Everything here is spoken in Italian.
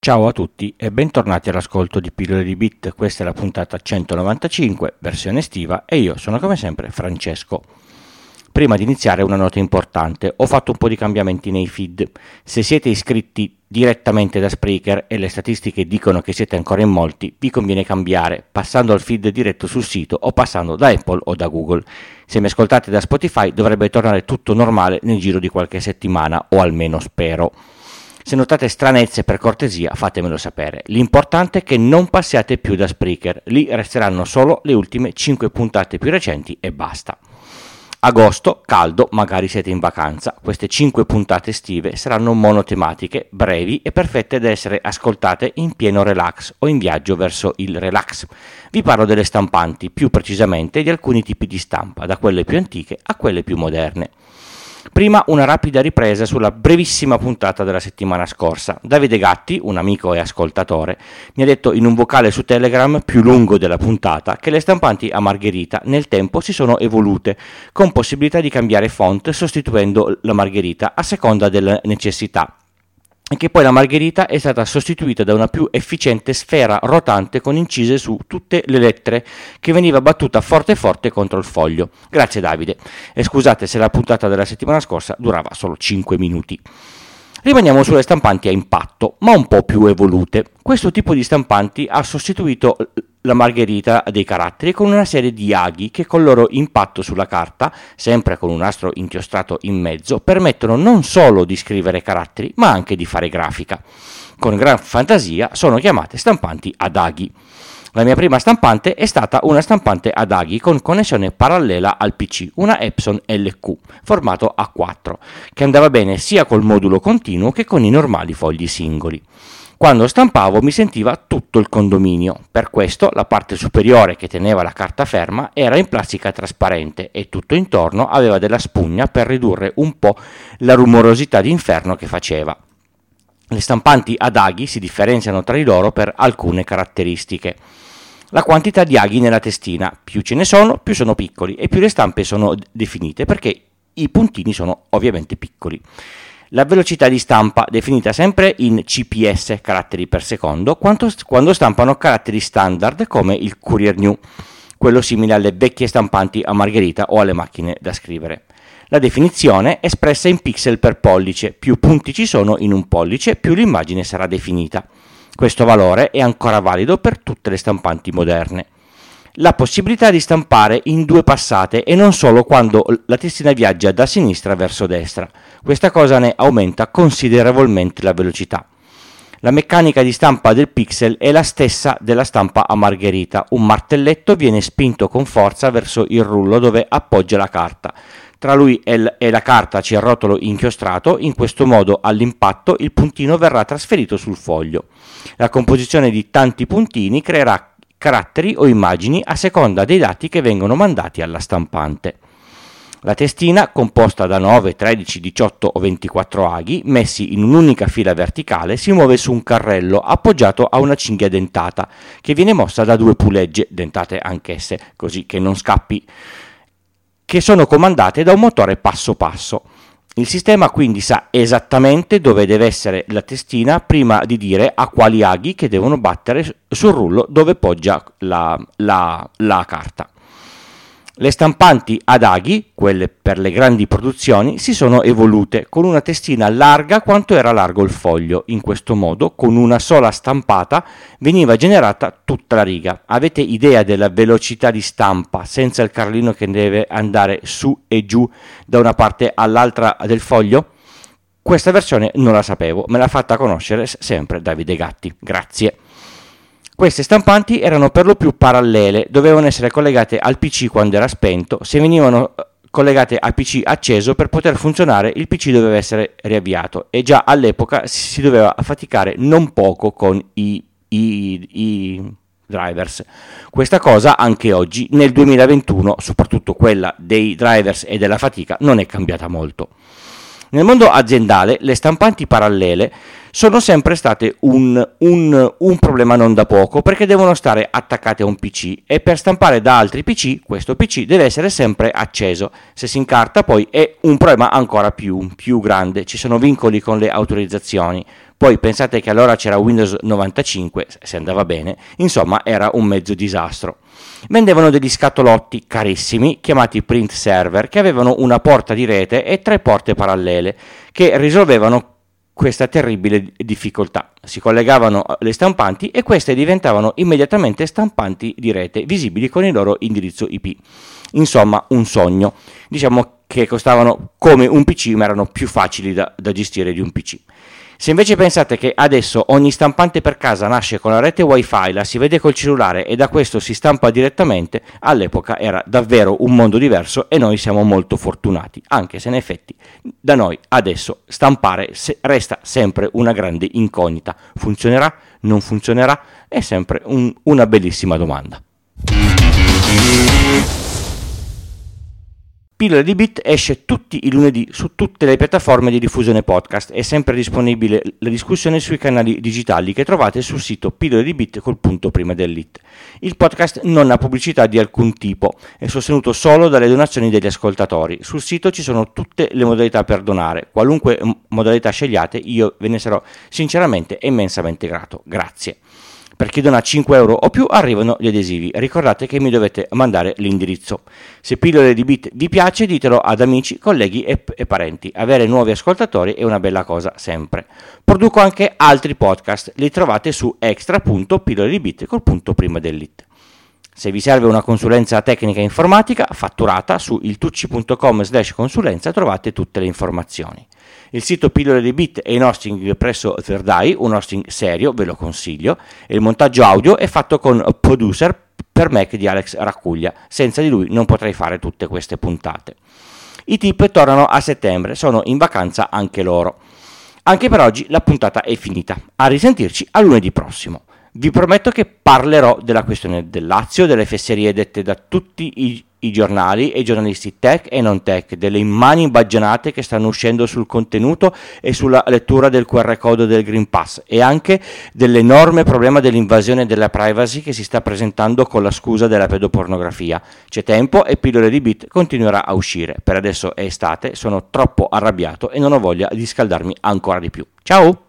Ciao a tutti e bentornati all'ascolto di Pillole di Bit. Questa è la puntata 195, versione estiva, e io sono come sempre Francesco. Prima di iniziare una nota importante: ho fatto un po' di cambiamenti nei feed. Se siete iscritti direttamente da Spreaker e le statistiche dicono che siete ancora in molti, vi conviene cambiare passando al feed diretto sul sito o passando da Apple o da Google. Se mi ascoltate da Spotify dovrebbe tornare tutto normale nel giro di qualche settimana, o almeno spero. Se notate stranezze, per cortesia fatemelo sapere. L'importante è che non passiate più da Spreaker, lì resteranno solo le ultime 5 puntate più recenti e basta. Agosto, caldo, magari siete in vacanza. Queste 5 puntate estive saranno monotematiche, brevi e perfette da essere ascoltate in pieno relax o in viaggio verso il relax. Vi parlo delle stampanti, più precisamente di alcuni tipi di stampa, da quelle più antiche a quelle più moderne. Prima una rapida ripresa sulla brevissima puntata della settimana scorsa. Davide Gatti, un amico e ascoltatore, mi ha detto in un vocale su Telegram più lungo della puntata che le stampanti a margherita nel tempo si sono evolute, con possibilità di cambiare font sostituendo la margherita a seconda della necessità, e che poi la margherita è stata sostituita da una più efficiente sfera rotante con incise su tutte le lettere, che veniva battuta forte forte contro il foglio. Grazie Davide, e scusate se la puntata della settimana scorsa durava solo 5 minuti. Rimaniamo sulle stampanti a impatto, ma un po' più evolute. Questo tipo di stampanti ha sostituito la margherita dei caratteri con una serie di aghi che col loro impatto sulla carta, sempre con un nastro inchiostrato in mezzo, permettono non solo di scrivere caratteri, ma anche di fare grafica. Con gran fantasia sono chiamate stampanti ad aghi. La mia prima stampante è stata una stampante ad aghi con connessione parallela al PC, una Epson LQ, formato A4, che andava bene sia col modulo continuo che con i normali fogli singoli. Quando stampavo mi sentiva tutto il condominio, per questo la parte superiore che teneva la carta ferma era in plastica trasparente e tutto intorno aveva della spugna per ridurre un po' la rumorosità d'inferno che faceva. Le stampanti ad aghi si differenziano tra di loro per alcune caratteristiche. La quantità di aghi nella testina: più ce ne sono, più sono piccoli e più le stampe sono definite, perché i puntini sono ovviamente piccoli. La velocità di stampa, definita sempre in CPS, caratteri per secondo, quando stampano caratteri standard come il Courier New, quello simile alle vecchie stampanti a margherita o alle macchine da scrivere. La definizione è espressa in pixel per pollice: più punti ci sono in un pollice, più l'immagine sarà definita. Questo valore è ancora valido per tutte le stampanti moderne. La possibilità di stampare in 2 passate e non solo quando la testina viaggia da sinistra verso destra. Questa cosa ne aumenta considerevolmente la velocità. La meccanica di stampa del pixel è la stessa della stampa a margherita. Un martelletto viene spinto con forza verso il rullo dove appoggia la carta. Tra lui e la carta c'è il rotolo inchiostrato. In questo modo all'impatto il puntino verrà trasferito sul foglio. La composizione di tanti puntini creerà caratteri o immagini a seconda dei dati che vengono mandati alla stampante. La testina, composta da 9, 13, 18 o 24 aghi messi in un'unica fila verticale, si muove su un carrello appoggiato a una cinghia dentata che viene mossa da 2 pulegge, dentate anch'esse, così che non scappi, che sono comandate da un motore passo passo. Il sistema quindi sa esattamente dove deve essere la testina prima di dire a quali aghi che devono battere sul rullo dove poggia la carta. Le stampanti ad aghi, quelle per le grandi produzioni, si sono evolute con una testina larga quanto era largo il foglio. In questo modo, con una sola stampata, veniva generata tutta la riga. Avete idea della velocità di stampa senza il carlino che deve andare su e giù da una parte all'altra del foglio? Questa versione non la sapevo, me l'ha fatta conoscere sempre Davide Gatti. Grazie. Queste stampanti erano per lo più parallele, dovevano essere collegate al PC quando era spento. Se venivano collegate al PC acceso, per poter funzionare il PC doveva essere riavviato, e già all'epoca si doveva faticare non poco con i drivers. Questa cosa anche oggi, nel 2021, soprattutto quella dei drivers e della fatica, non è cambiata molto. Nel mondo aziendale le stampanti parallele sono sempre state un problema non da poco, perché devono stare attaccate a un PC e per stampare da altri PC questo PC deve essere sempre acceso. Se si incarta poi è un problema ancora più grande, ci sono vincoli con le autorizzazioni. Poi pensate che allora c'era Windows 95, se andava bene, insomma era un mezzo disastro. Vendevano degli scatolotti carissimi chiamati print server che avevano una porta di rete e 3 porte parallele che risolvevano questa terribile difficoltà. Si collegavano le stampanti e queste diventavano immediatamente stampanti di rete visibili con il loro indirizzo IP. Insomma, un sogno. Diciamo che costavano come un PC ma erano più facili da gestire di un PC. Se invece pensate che adesso ogni stampante per casa nasce con la rete wifi, la si vede col cellulare e da questo si stampa direttamente, all'epoca era davvero un mondo diverso e noi siamo molto fortunati, anche se in effetti da noi adesso stampare resta sempre una grande incognita. Funzionerà? Non funzionerà? È sempre una bellissima domanda. Pillole di Bit esce tutti i lunedì su tutte le piattaforme di diffusione podcast. È sempre disponibile la discussione sui canali digitali che trovate sul sito Pillole di Bit col punto prima dell'it. Il podcast non ha pubblicità di alcun tipo, è sostenuto solo dalle donazioni degli ascoltatori. Sul sito ci sono tutte le modalità per donare. Qualunque modalità scegliate, io ve ne sarò sinceramente e immensamente grato. Grazie. Per chi dona 5 euro o più arrivano gli adesivi. Ricordate che mi dovete mandare l'indirizzo. Se Pillole di Bit vi piace, ditelo ad amici, colleghi e parenti. Avere nuovi ascoltatori è una bella cosa sempre. Produco anche altri podcast, li trovate su extra.pilloledibit col punto prima dell'it. Se vi serve una consulenza tecnica informatica fatturata su iltucci.com/consulenza trovate tutte le informazioni. Il sito Pillole di Bit è in hosting presso Third Eye, un hosting serio, ve lo consiglio, e il montaggio audio è fatto con Producer per Mac di Alex Raccuglia. Senza di lui non potrei fare tutte queste puntate. I tip tornano a settembre, sono in vacanza anche loro. Anche per oggi la puntata è finita. A risentirci a lunedì prossimo. Vi prometto che parlerò della questione del Lazio, delle fesserie dette da tutti i giornali e i giornalisti tech e non tech, delle immani imbagionate che stanno uscendo sul contenuto e sulla lettura del QR code del Green Pass e anche dell'enorme problema dell'invasione della privacy che si sta presentando con la scusa della pedopornografia. C'è tempo e Pillole di Bit continuerà a uscire. Per adesso è estate, sono troppo arrabbiato e non ho voglia di scaldarmi ancora di più. Ciao!